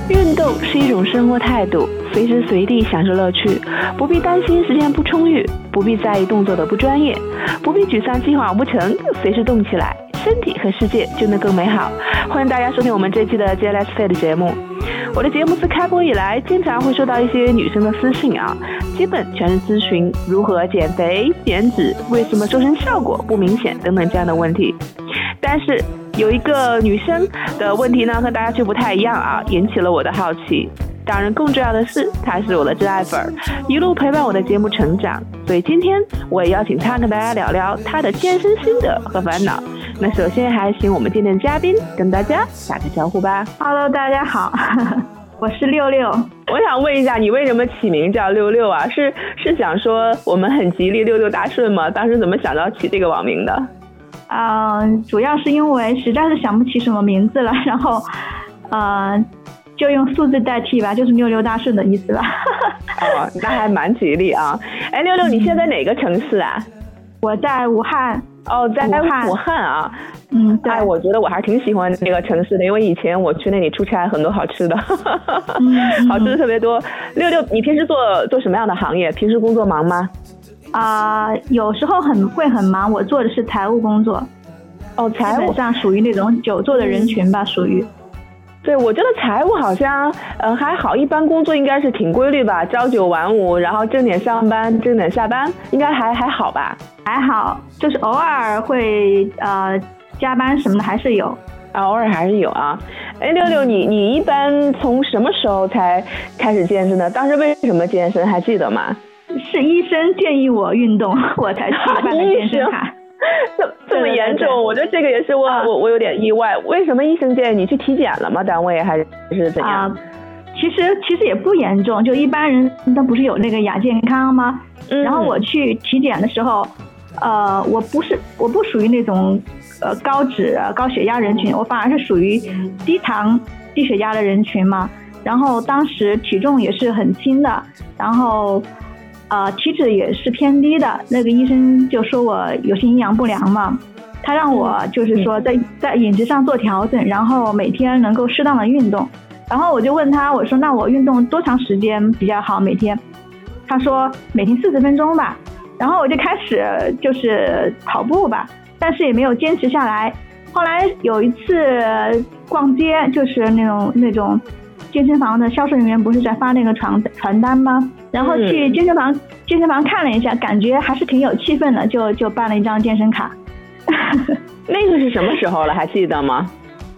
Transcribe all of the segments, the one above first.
运动是一种生活态度，随时随地享受乐趣，不必担心时间不充裕，不必在意动作的不专业，不必沮丧计划不成，随时动起来，身体和世界就能更美好。欢迎大家收听我们这期的 JLS Fit 节目。我的节目自开播以来，经常会收到一些女生的私信啊，基本全是咨询如何减肥、减脂，为什么瘦身效果不明显等等这样的问题。但是有一个女生的问题呢，和大家却不太一样啊，引起了我的好奇。当然更重要的是，她是我的真爱粉，一路陪伴我的节目成长，所以今天我也邀请她跟大家聊聊她的健身心得和烦恼。那首先还请我们今天的嘉宾跟大家打个招呼吧。 Hello， 大家好，我是六六。 我想问一下，你为什么起名叫六六啊？是想说我们很吉利，六六大顺吗？当时怎么想到起这个网名的？ 主要是因为实在是想不起什么名字了，然后就用数字代替吧，就是六六大顺的意思吧。 哦，那还蛮吉利啊。哎，六六，你现在在哪个城市啊？ 我在武汉。 哦，在武汉啊。 对。 哎，我觉得我还挺喜欢那个城市的，因为以前我去那里出差，很多好吃的。好吃的特别多。六六，你平时做什么样的行业？平时工作忙吗？ 有时候会很忙，我做的是财务工作。 哦，财务。 基本上属于那种久坐的人群吧，属于。 对，我觉得财务好像还好，一般工作应该是挺规律吧，朝9晚5，然后正点上班，正点下班，应该还好吧？ 还好，就是偶尔会加班什么的还是有。 偶尔还是有啊。哎，六六，你一般从什么时候才开始健身的？当时为什么健身还记得吗？ 是医生建议我运动，我才去办的健身卡。 这么严重？对，我觉得这个也是我有点意外。为什么医生建议你去体检了吗？单位还是怎样？ 其实也不严重，就一般人都不是有那个亚健康吗？然后我去体检的时候，我不属于那种高脂高血压人群，我反而是属于低糖低血压的人群嘛。然后当时体重也是很轻的，然后体脂也是偏低的，那个医生就说我有些营养不良嘛，他让我就是说在饮食上做调整，然后每天能够适当的运动。然后我就问他，我说那我运动多长时间比较好每天？他说每天40分钟吧。然后我就开始就是跑步吧，但是也没有坚持下来。后来有一次逛街，就是那种健身房的销售人员不是在发那个传单吗？然后去健身房看了一下，感觉还是挺有气氛的，就办了一张健身卡。 那个是什么时候了？还记得吗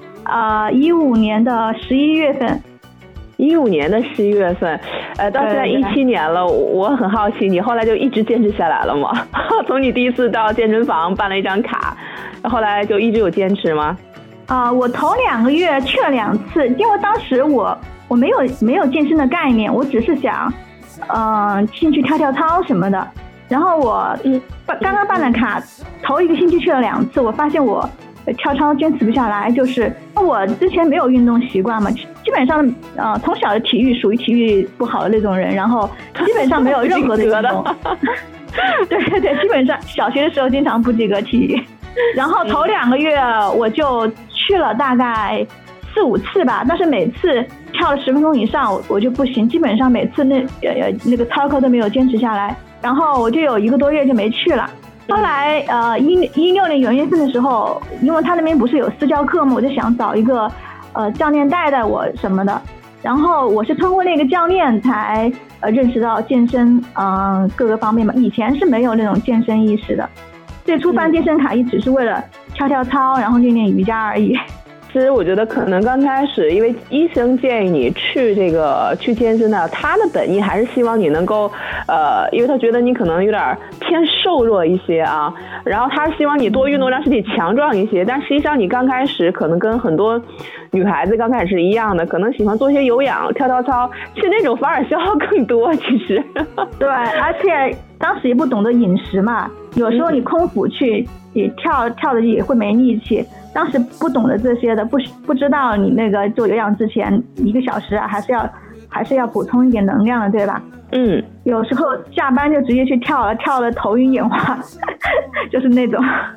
？15年的11月份。 15年的11月份，到现在17年了。我很好奇，你后来就一直坚持下来了吗？从你第一次到健身房办了一张卡，后来就一直有坚持吗？ 我头2个月去了2次，因为当时我没有健身的概念，我只是想兴趣跳操什么的。然后我刚刚办了卡，头1个星期去了2次，我发现我跳操坚持不下来，就是我之前没有运动习惯嘛，基本上从小的属于体育不好的那种人，然后基本上没有任何的运动。对，基本上小学的时候经常不及格体育。然后头2个月我就去了大概4、5次吧，但是每次跳了10分钟以上我就不行，基本上每次那个操课都没有坚持下来，然后我就有1个多月就没去了。后来16年元月份的时候，因为他那边不是有私教课嘛，我就想找一个教练带我什么的。然后我是通过那个教练才认识到健身各个方面嘛，以前是没有那种健身意识的。最初办健身卡也只是为了跳操，然后练练瑜伽而已。 其实我觉得可能刚开始，因为医生建议你去健身呢，他的本意还是希望你能够因为他觉得你可能有点偏瘦弱一些啊，然后他希望你多运动，让身体强壮一些。但实际上你刚开始可能跟很多女孩子刚开始是一样的，可能喜欢做些有氧跳操，其实那种反而消耗更多。其实对，而且当时也不懂得饮食嘛，有时候你空腹去也跳的也会没力气。当时不懂得这些的，不知道你那个做有氧之前1个小时还是要补充一点能量的，对吧？有时候下班就直接去跳了头晕眼花，就是那种。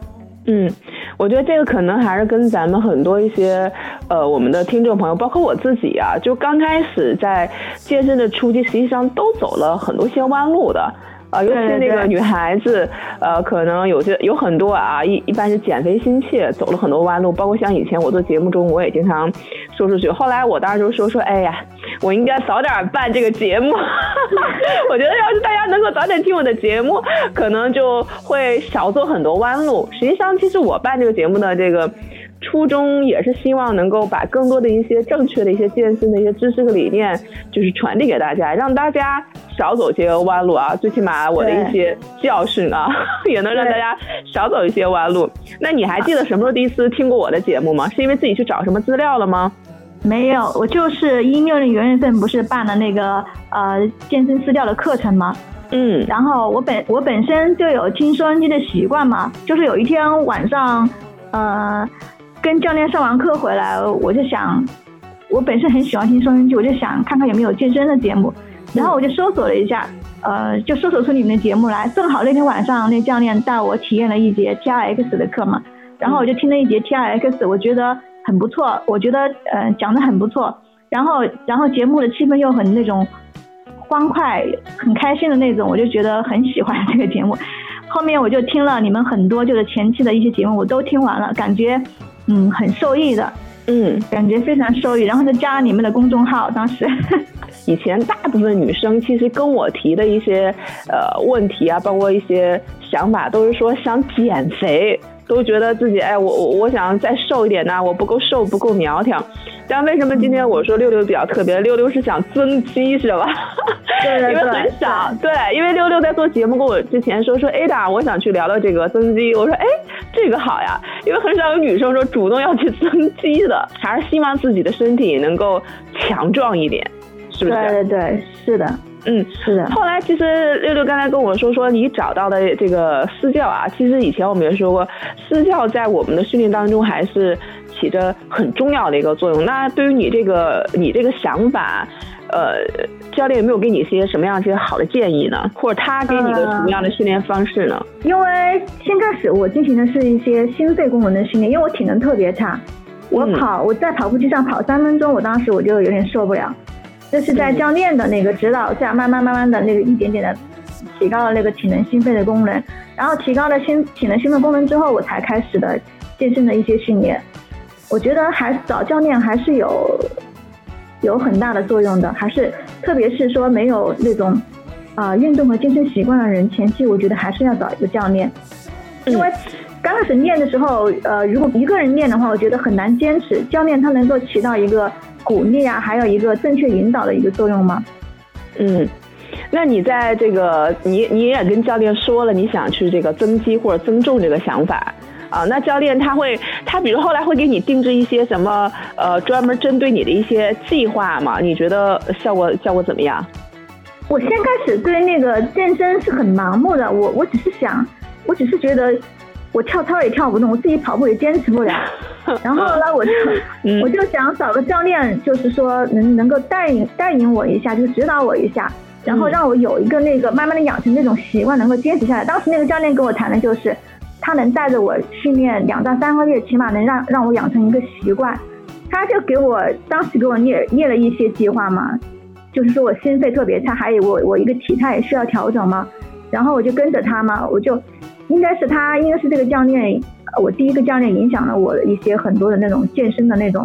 我觉得这个可能还是跟咱们很多一些我们的听众朋友，包括我自己啊，就刚开始在健身的初期，实际上都走了很多些弯路的。尤其那个女孩子，可能有很多啊，一般是减肥心切，走了很多弯路，包括像以前我做节目中，我也经常说出去。后来我当时就说，哎呀，我应该早点办这个节目。我觉得要是大家能够早点听我的节目，可能就会少走很多弯路。实际上，其实我办这个节目的这个初衷也是希望能够把更多的一些正确的一些健身的一些知识和理念，就是传递给大家，让大家少走些弯路啊，最起码我的一些教训啊，也能让大家少走一些弯路。那你还记得什么时候第一次听过我的节目吗？是因为自己去找什么资料了吗？ 没有，我就是2016年元月份不是办了那个健身私教的课程吗？然后我本身就有听收音机的习惯嘛，就是有一天晚上跟教练上完课回来，我就想，我本身很喜欢听收音机，我就想看看有没有健身的节目，然后我就搜索了一下，就搜索出你们的节目来。正好那天晚上那教练带我体验了一节 TRX 的课嘛，然后我就听了一节 TRX， 我觉得很不错，我觉得讲得很不错，然后节目的气氛又很那种欢快很开心的那种，我就觉得很喜欢这个节目。后面我就听了你们很多就是前期的一些节目，我都听完了，感觉很受益的，感觉非常受益，然后就加了你们的公众号。当时以前大部分女生其实跟我提的一些问题啊，包括一些想法，都是说想减肥，都觉得自己我想再瘦一点呢，我不够瘦，不够苗条。但为什么今天我说六六比较特别？六六是想增肌是吧？ 对， 因为很少，对，因为六六在做节目跟我之前说 Ada 我想去聊聊这个增肌，我说这个好呀，因为很少有女生说主动要去增肌的，还是希望自己的身体能够强壮一点，是不是？ 对，是的。是的。 后来其实六六刚才跟我说你找到的这个私教啊，其实以前我们也说过，私教在我们的训练当中还是起着很重要的一个作用。那对于你这个想法，教练有没有给你一些什么样一些好的建议呢？或者他给你的什么样的训练方式呢？ 因为先开始我进行的是一些心肺功能的训练，因为我体能特别差，我在跑步机上跑3分钟，我当时我就有点受不了。这是在教练的那个指导下，慢慢的那个一点点的提高了那个体能心肺的功能，然后提高了体能心肺功能之后，我才开始的健身的一些训练。我觉得还是找教练还是有很大的作用的，还是特别是说没有那种运动和健身习惯的人，前期我觉得还是要找一个教练，因为刚开始练的时候，如果一个人练的话，我觉得很难坚持。教练他能够起到一个鼓励啊，还有一个正确引导的一个作用吗？ 那你在这个你也跟教练说了你想去这个增肌或者增重这个想法啊，那教练他比如后来会给你定制一些什么专门针对你的一些计划吗？你觉得效果怎么样？ 我先开始对那个健身是很盲目的，我只是觉得我跳操也跳不动，我自己跑步也坚持不了。然后呢，我就想找个教练，就是说能够带引我一下，就是指导我一下，然后让我有一个那个慢慢的养成那种习惯，能够坚持下来。当时那个教练跟我谈的就是，他能带着我训练2到3个月，起码能让我养成一个习惯。他就当时给我列了一些计划嘛，就是说我心肺特别差，还有我一个体态也需要调整嘛。然后我就跟着他嘛，应该是这个教练，我第一个教练影响了我的一些很多的那种健身的那种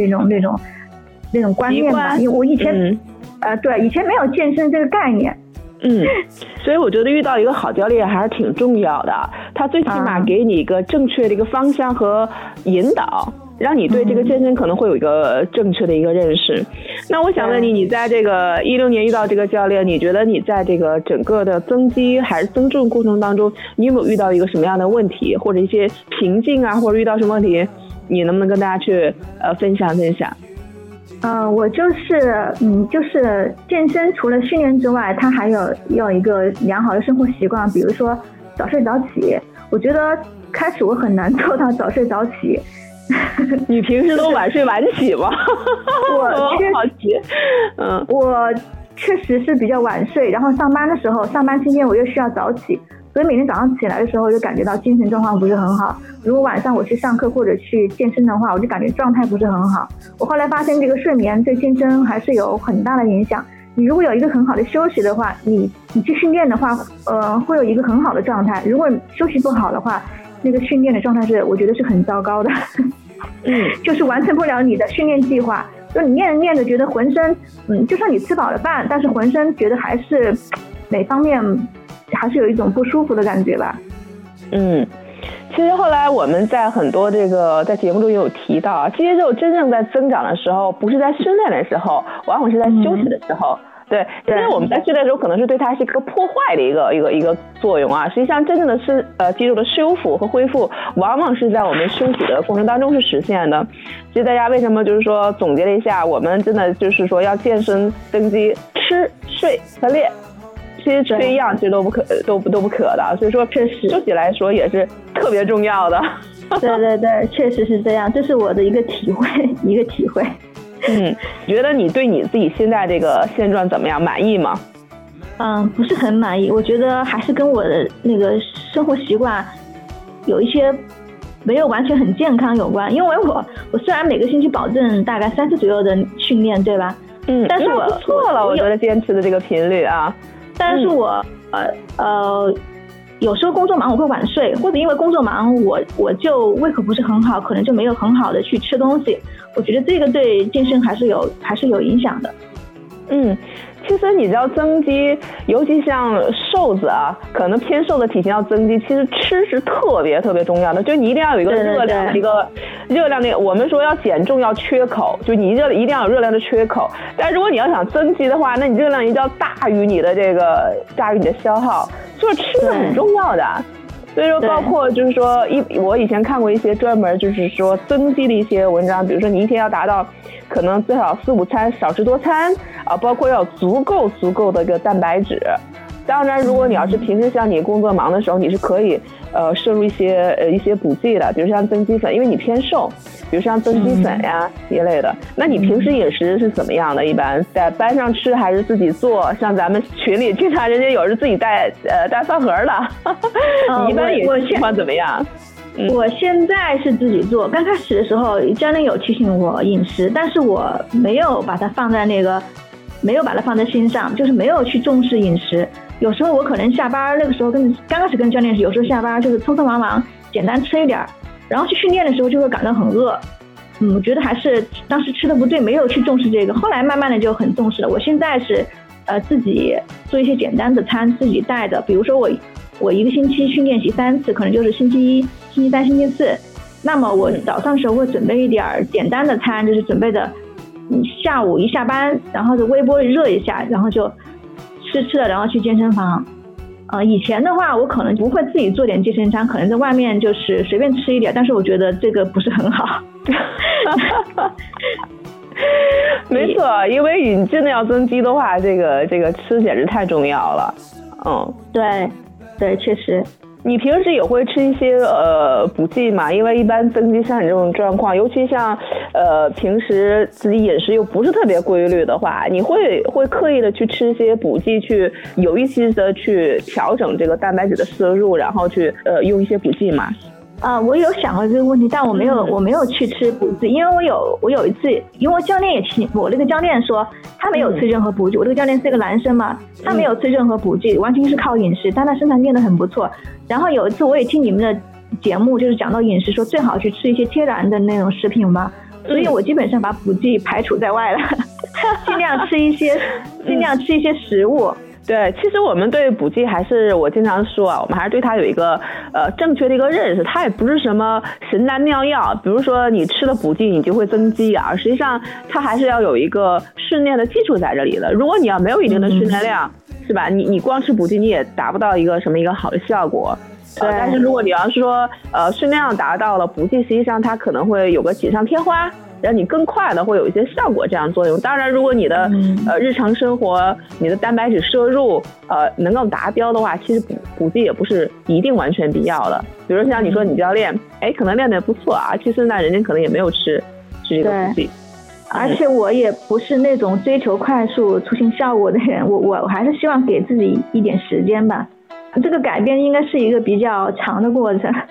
观念吧，因为我以前以前没有健身这个概念。 所以我觉得遇到一个好教练还是挺重要的，他最起码给你一个正确的一个方向和引导，让你对这个健身可能会有一个正确的一个认识。那我想问你在这个16年遇到这个教练，你觉得你在这个整个的增肌还是增重过程当中，你有没有遇到一个什么样的问题，或者一些瓶颈啊，或者遇到什么问题，你能不能跟大家去分享？ 我就是健身除了训练之外，它还要一个良好的生活习惯，比如说早睡早起。我觉得开始我很难做到早睡早起。 你平时都晚睡晚起吗？ 我确实是比较晚睡，然后上班期间我又需要早起， 所以每天早上起来的时候就感觉到精神状况不是很好。如果晚上我去上课或者去健身的话，我就感觉状态不是很好。我后来发现这个睡眠对健身还是有很大的影响。你如果有一个很好的休息的话，你去训练的话，会有一个很好的状态。如果休息不好的话，那个训练的状态我觉得是很糟糕的。就是完成不了你的训练计划。就你练着练着觉得浑身，就算你吃饱了饭，但是浑身觉得还是哪方面还是有一种不舒服的感觉吧。 其实后来我们在很多在节目中也有提到啊，肌肉真正在增长的时候，不是在训练的时候，往往是在休息的时候。对，其实我们在训练的时候可能是对它是一个破坏的一个作用啊。实际上真正的是肌肉的修复和恢复，往往是在我们休息的过程当中是实现的。其实大家为什么就是说总结了一下，我们真的就是说要健身增肌，吃睡和练，其实缺一样其实都不可的。所以说确实休息来说也是特别重要的。 对，确实是这样，这是我的一个体会。 觉得你对你自己现在这个现状怎么样？满意吗？ 不是很满意。我觉得还是跟我的那个生活习惯有一些没有完全很健康有关。因为我虽然每个星期保证大概3次左右的训练，对吧？但是我不错了，我觉得坚持的这个频率啊。 但是我有时候工作忙我会晚睡，或者因为工作忙我就胃口不是很好，可能就没有很好的去吃东西。我觉得这个对健身还是有影响的。 其实你知道增肌，尤其像瘦子啊，可能偏瘦的体型要增肌，其实吃是特别特别重要的，就你一定要有一个热量的热量的。我们说要减重要缺口，就你一定要有热量的缺口。但如果你要想增肌的话，那你热量一定要大于你的消耗，所以吃是很重要的。所以说包括就是说我以前看过一些专门就是说增肌的一些文章，比如说你一天要达到可能最好4-5餐，少吃多餐啊，包括要有足够的一个蛋白质。当然如果你要是平时像你工作忙的时候，你是可以摄入一些补剂的，比如像增肌粉，因为你偏瘦，比如像增肌粉呀一类的。那你平时饮食是怎么样的？一般在班上吃还是自己做？像咱们群里经常人家有是自己带饭盒的，你一般饮食情况怎么样？ 我现在是自己做。刚开始的时候教练有提醒我饮食，但是我没有把它放在心上，就是没有去重视饮食。有时候我可能下班那个时候刚开始跟教练时，有时候下班就是匆匆忙忙简单吃一点，然后去训练的时候就会感到很饿。我觉得还是当时吃的不对，没有去重视这个。后来慢慢的就很重视了。我现在是自己做一些简单的餐，自己带的。比如说我一个星期去练习3次，可能就是星期一、星期三、星期四。那么我早上的时候会准备一点简单的餐，就是准备的下午一下班，然后就微波热一下，然后就吃了，然后去健身房。以前的话我可能不会自己做点健身餐，可能在外面就是随便吃一点，但是我觉得这个不是很好。 没错，因为你真的要增肌的话，这个吃简直太重要了。 对，确实。 你平时也会吃一些补剂嘛？因为一般增肌像你这种状况，尤其像平时自己饮食又不是特别规律的话，你会刻意的去吃一些补剂，去有意识的去调整这个蛋白质的摄入，然后去用一些补剂嘛？ 我有想过这个问题，但我没有去吃补剂，因为我有一次，因为我教练也提我，那个教练说他没有吃任何补剂。我这个教练是一个男生嘛，他没有吃任何补剂，完全是靠饮食，但他身材练得很不错。然后有一次我也听你们的节目，就是讲到饮食，说最好去吃一些天然的那种食品嘛，所以我基本上把补剂排除在外了，尽量吃一些食物。 对，其实我们对补剂还是我经常说啊，我们还是对它有一个正确的一个认识，它也不是什么神丹妙药，比如说你吃了补剂你就会增肌啊，实际上它还是要有一个训练的基础在这里的。如果你要没有一定的训练量，是吧？你光吃补剂你也达不到一个好的效果。但是如果你要是说训练量达到了，补剂实际上它可能会有个锦上添花，然后你更快的会有一些效果这样作用。当然如果你的日常生活你的蛋白质摄入能够达标的话，其实补剂也不是一定完全必要的。比如像你说你教练可能练得不错啊，其实那人家可能也没有吃这个补剂。 而且我也不是那种追求快速出现效果的人，我还是希望给自己一点时间吧。 这个改变应该是一个比较长的过程。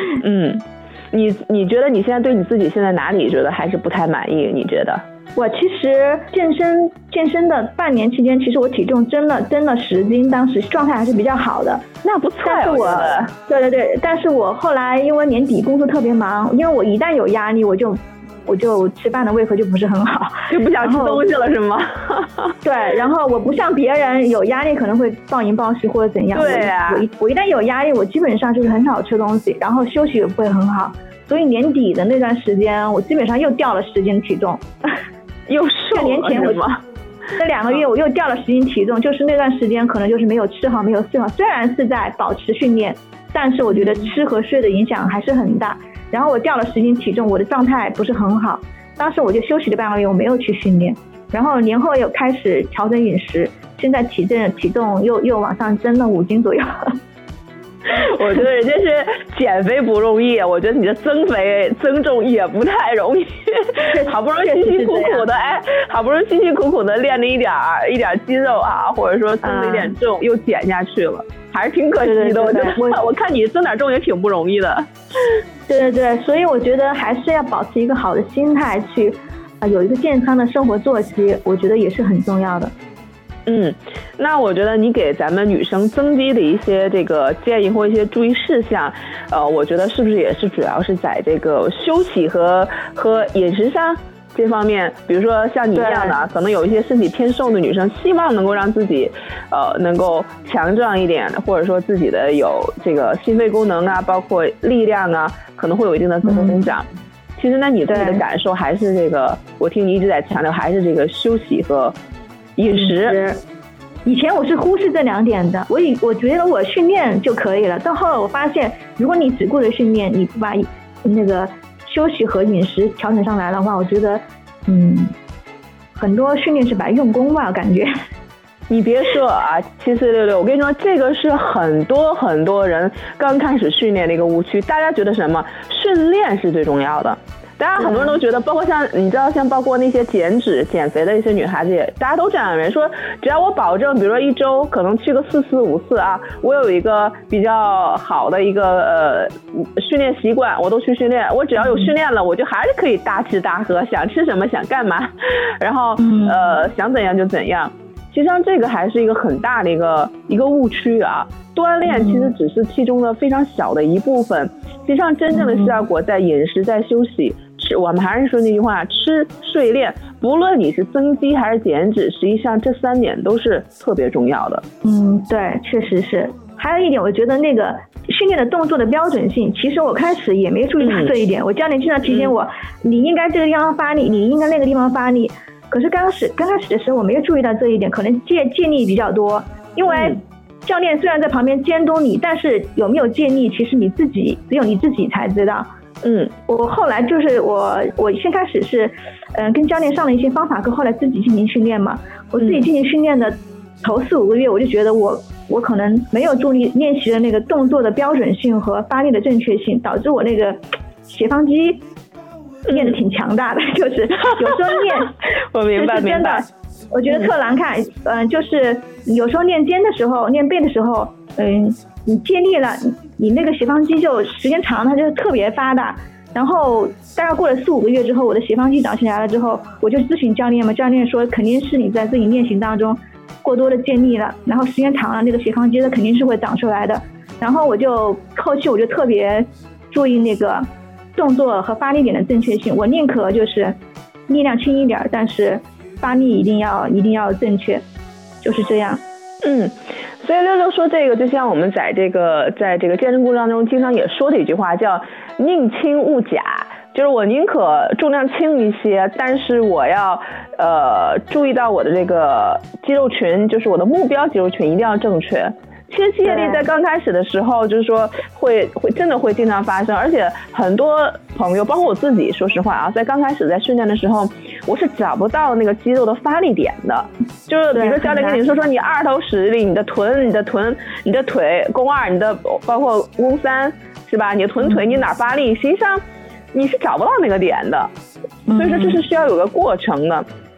你觉得你现在对你自己现在哪里觉得还是不太满意？你觉得？ 我其实健身的半年期间，其实我体重增了10斤，当时状态还是比较好的。 那不错。但是对，但是我后来因为年底工作特别忙，因为我一旦有压力，我就吃饭的胃口就不是很好， 就不想吃东西了是吗？ 对，然后我不像别人有压力可能会暴饮暴食或者怎样。 对啊， 我一旦有压力，我基本上就是很少吃东西，然后休息也不会很好，所以年底的那段时间，我基本上又掉了10斤体重。 又瘦了年前是吗？ 这2个月我又掉了10斤体重，就是那段时间可能就是没有吃好，没有睡好。虽然是在保持训练，但是我觉得吃和睡的影响还是很大。然后我掉了10斤体重，我的状态不是很好。当时我就休息了半个月，我没有去训练。然后年后又开始调整饮食，现在体重又往上增了5斤左右。 我觉得人家是减肥不容易，我觉得你的增重也不太容易。好不容易辛辛苦苦的，好不容易辛辛苦苦的练了一点肌肉啊，或者说增了一点重，又减下去了，还是挺可惜的。我看你增点重也挺不容易的。 对，所以我觉得还是要保持一个好的心态去，有一个健康的生活作息，我觉得也是很重要的。 那我觉得你给咱们女生增肌的一些这个建议或一些注意事项，我觉得是不是也是主要是在这个休息和饮食上这方面？比如说像你这样的，可能有一些身体偏瘦的女生，希望能够让自己能够强壮一点，或者说自己的有这个心肺功能啊，包括力量啊，可能会有一定的增长。其实呢，你自己的感受还是这个，我听你一直在强调，还是这个休息和饮食。 以前我是忽视这2点的，我觉得我训练就可以了。到后来我发现，如果你只顾着训练，你不把那个休息和饮食调整上来的话，我觉得很多训练是白用功吧，我感觉。 你别说啊，7466，我跟你说，这个是很多人刚开始训练的一个误区。大家觉得什么？训练是最重要的。大家很多人都觉得，包括像你知道，像包括那些减脂减肥的一些女孩子也，大家都这样认为，说只要我保证，比如说1周可能去个4次5次啊，我有一个比较好的一个训练习惯，我都去训练，我只要有训练了，我就还是可以大吃大喝，想吃什么想干嘛，然后想怎样就怎样。其实上这个还是一个很大的一个误区啊，锻炼其实只是其中的非常小的一部分，实际上真正的效果在饮食，在休息。我们还是说那句话，吃睡练，不论你是增肌还是减脂，实际上这3点都是特别重要的。 对，确实是。还有一点，我觉得那个训练的动作的标准性，其实我开始也没注意到这一点。我教练经常提醒我，你应该这个地方发力，你应该那个地方发力。可是刚开始的时候，我没有注意到这一点，可能借力比较多。因为教练虽然在旁边监督你，但是有没有借力，其实只有你自己才知道。我后来就是我先开始是跟教练上了一些方法课，后来自己进行训练嘛。我自己进行训练的头4、5个月，我就觉得我可能没有注意练习的那个动作的标准性和发力的正确性，导致我那个斜方肌练得挺强大的，就是有时候练我明白， 我觉得特难看。就是有时候练肩的时候，练背的时候，你借力了，你那个斜方肌就时间长了，它就特别发达。然后大概过了4、5个月之后，我的斜方肌长起来了之后，我就咨询教练嘛，教练说肯定是你在自己练习当中过多的借力了，然后时间长了，那个斜方肌它肯定是会长出来的。然后后期我就特别注意那个动作和发力点的正确性，我宁可就是力量轻一点，但是发力一定要正确，就是这样。 所以66说这个，就像我们在这个健身过程当中经常也说的一句话，叫宁轻勿假，就是我宁可重量轻一些，但是我要注意到我的这个肌肉群，就是我的目标肌肉群一定要正确。其实借力在刚开始的时候，就是说会真的会经常发生，而且很多朋友，包括我自己，说实话啊，在刚开始在训练的时候，我是找不到那个肌肉的发力点的。就是比如说教练跟你说你2头使力，你的臀、你的腿，肱2，你的包括肱3，是吧？你的臀腿你哪发力，实际上你是找不到那个点的。所以说这是需要有个过程的。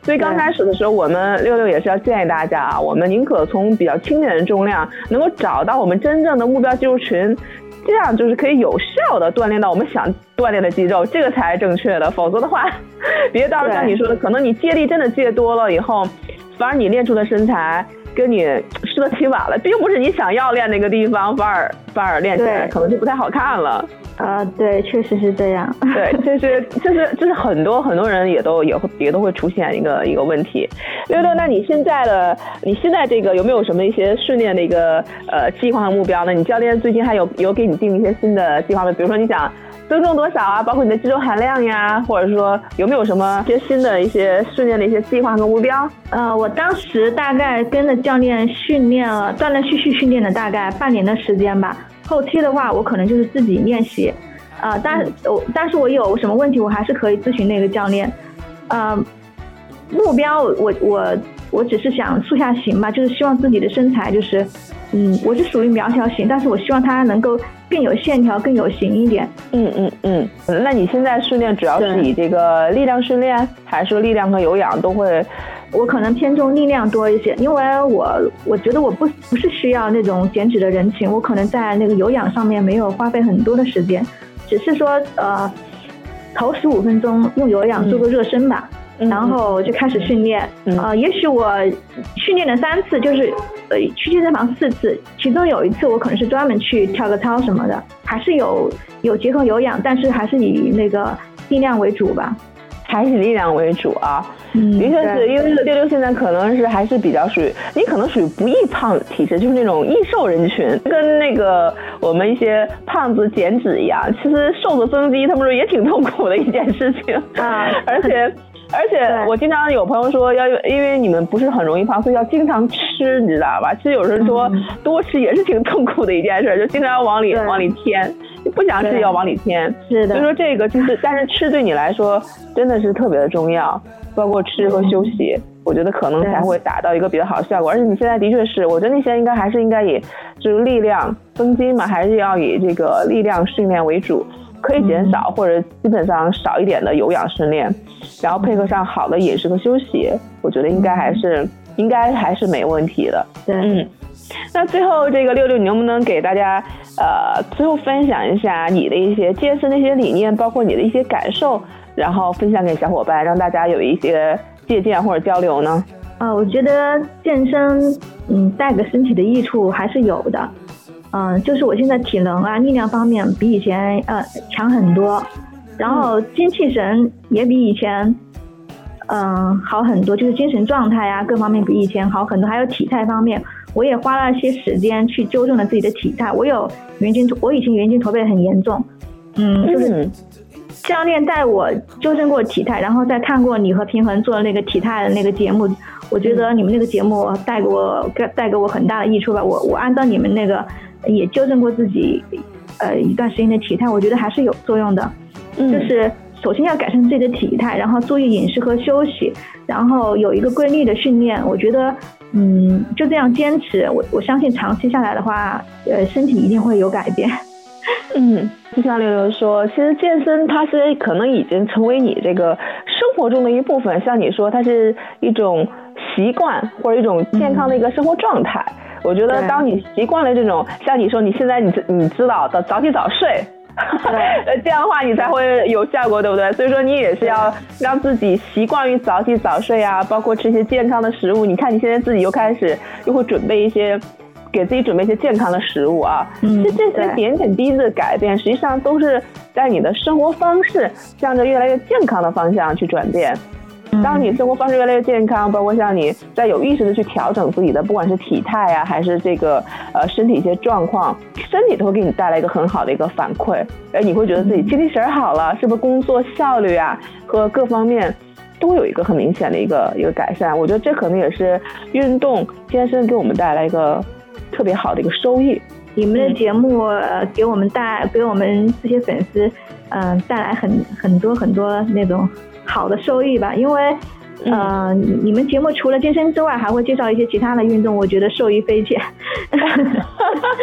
所以刚开始的时候，我们66也是要建议大家啊，我们宁可从比较轻点的重量，能够找到我们真正的目标肌肉群，这样就是可以有效的锻炼到我们想锻炼的肌肉，这个才是正确的。否则的话，别到时候像你说的，可能你借力真的借多了以后，反而你练出的身材跟你适得其反了，并不是你想要练那个地方，反而练起来可能就不太好看了。 对，确实是这样。 对，这是很多人也都会出现一个问题。66，那你现在这个有没有什么一些训练的一个计划和目标呢？你教练最近还有给你定一些新的计划吗？比如说你想增重多少啊，包括你的肌肉含量呀，或者说有没有什么一些新的一些训练的一些计划和目标？ 我当时大概跟着教练训练了，断断续续训练了大概半年的时间吧。后期的话，我可能就是自己练习，但是我有什么问题，我还是可以咨询那个教练。目标我只是想塑下形吧，就是希望自己的身材就是，我是属于苗条型，但是我希望它能够更有线条、更有型一点。 那你现在训练主要是以这个力量训练，还是说力量和有氧都会？ 我可能偏重力量多一些，因为我觉得我不是需要那种减脂的人群，我可能在那个有氧上面没有花费很多的时间，只是说头15分钟用有氧做个热身吧，然后就开始训练。也许我训练了3次，就是去健身房4次，其中有1次我可能是专门去跳个操什么的，还是有结合有氧，但是还是以那个力量为主吧。 还是以力量为主啊，的确是因为66现在可能是还是比较你可能属于不易胖体质，就是那种易瘦人群，跟那个我们一些胖子减脂一样，其实瘦子增肌他们说也挺痛苦的一件事情啊，而且我经常有朋友说因为你们不是很容易胖，所以要经常吃，你知道吧？其实有人说多吃也是挺痛苦的一件事，就经常要往里添，不想吃也要往里添。是的。所以说这个就是，但是吃对你来说真的是特别的重要，包括吃和休息，我觉得可能才会达到一个比较好的效果。而且你现在的确是，我觉得你现在还是应该以就是力量增肌嘛，还是要以这个力量训练为主。可以减少或者基本上少一点的有氧训练，然后配合上好的饮食和休息，我觉得应该还是没问题的。对，那最后这个66，你能不能给大家最后分享一下你的一些健身的一些理念，包括你的一些感受，然后分享给小伙伴，让大家有一些借鉴或者交流呢？ 我觉得健身带给身体的益处还是有的。就是我现在体能啊、力量方面比以前强很多，然后精气神也比以前好很多，就是精神状态啊各方面比以前好很多，还有体态方面，我也花了些时间去纠正了自己的体态。我以前圆肩驼背很严重，就是教练带我纠正过体态，然后再看过你和平衡做的那个体态的那个节目，我觉得你们那个节目带给我很大的益处吧。我按照你们那个也纠正过自己一段时间的体态，我觉得还是有作用的。就是首先要改善自己的体态，然后注意饮食和休息，然后有一个规律的训练。我觉得就这样坚持，我相信长期下来的话身体一定会有改变。 就像66说，其实健身它是可能已经成为你这个生活中的一部分，像你说它是一种习惯或者一种健康的一个生活状态。我觉得当你习惯了这种，像你说你现在你知道的早起早睡，这样的话你才会有效果，对不对？所以说你也是要让自己习惯于早起早睡啊，包括吃一些健康的食物。你看你现在自己又会准备给自己准备一些健康的食物啊，这些点点滴滴的改变，实际上都是在你的生活方式向着越来越健康的方向去转变。当你生活方式越来越健康，包括像你在有意识的去调整自己的，不管是体态啊，还是这个身体一些状况，身体都会给你带来一个很好的一个反馈，而你会觉得自己精气神好了，是不是工作效率啊和各方面都有一个很明显的一个改善。我觉得这可能也是运动健身给我们带来一个特别好的一个收益。 你们的节目给我们这些粉丝带来很多那种好的收益吧，因为你们节目除了健身之外还会介绍一些其他的运动，我觉得受益匪浅。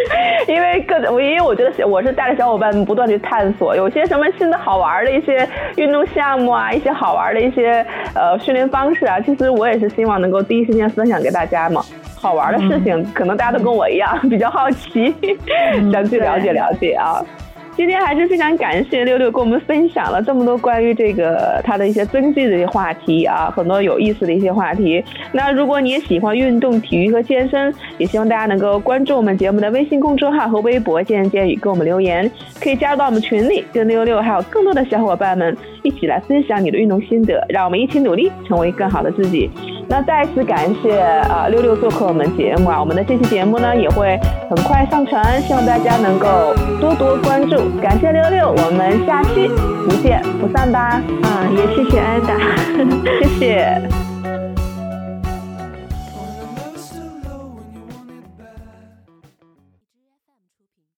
因为我觉得我是带着小伙伴们不断去探索，有些什么新的好玩的一些运动项目啊，一些好玩的一些训练方式啊，其实我也是希望能够第一时间分享给大家嘛。好玩的事情，可能大家都跟我一样比较好奇，想去了解了解啊。今天还是非常感谢六六跟我们分享了这么多关于这个他的一些增肌的一些话题啊，很多有意思的一些话题。那如果你也喜欢运动、体育和健身，也希望大家能够关注我们节目的微信公众号和微博，健言健语跟我们留言，可以加入到我们群里，跟六六还有更多的小伙伴们一起来分享你的运动心得，让我们一起努力成为更好的自己。那再次感谢六六做客我们节目啊，我们的这期节目呢也会很快上传，希望大家能够多多关注。感谢六六，我们下期不见不散吧。 也谢谢安达， 谢谢。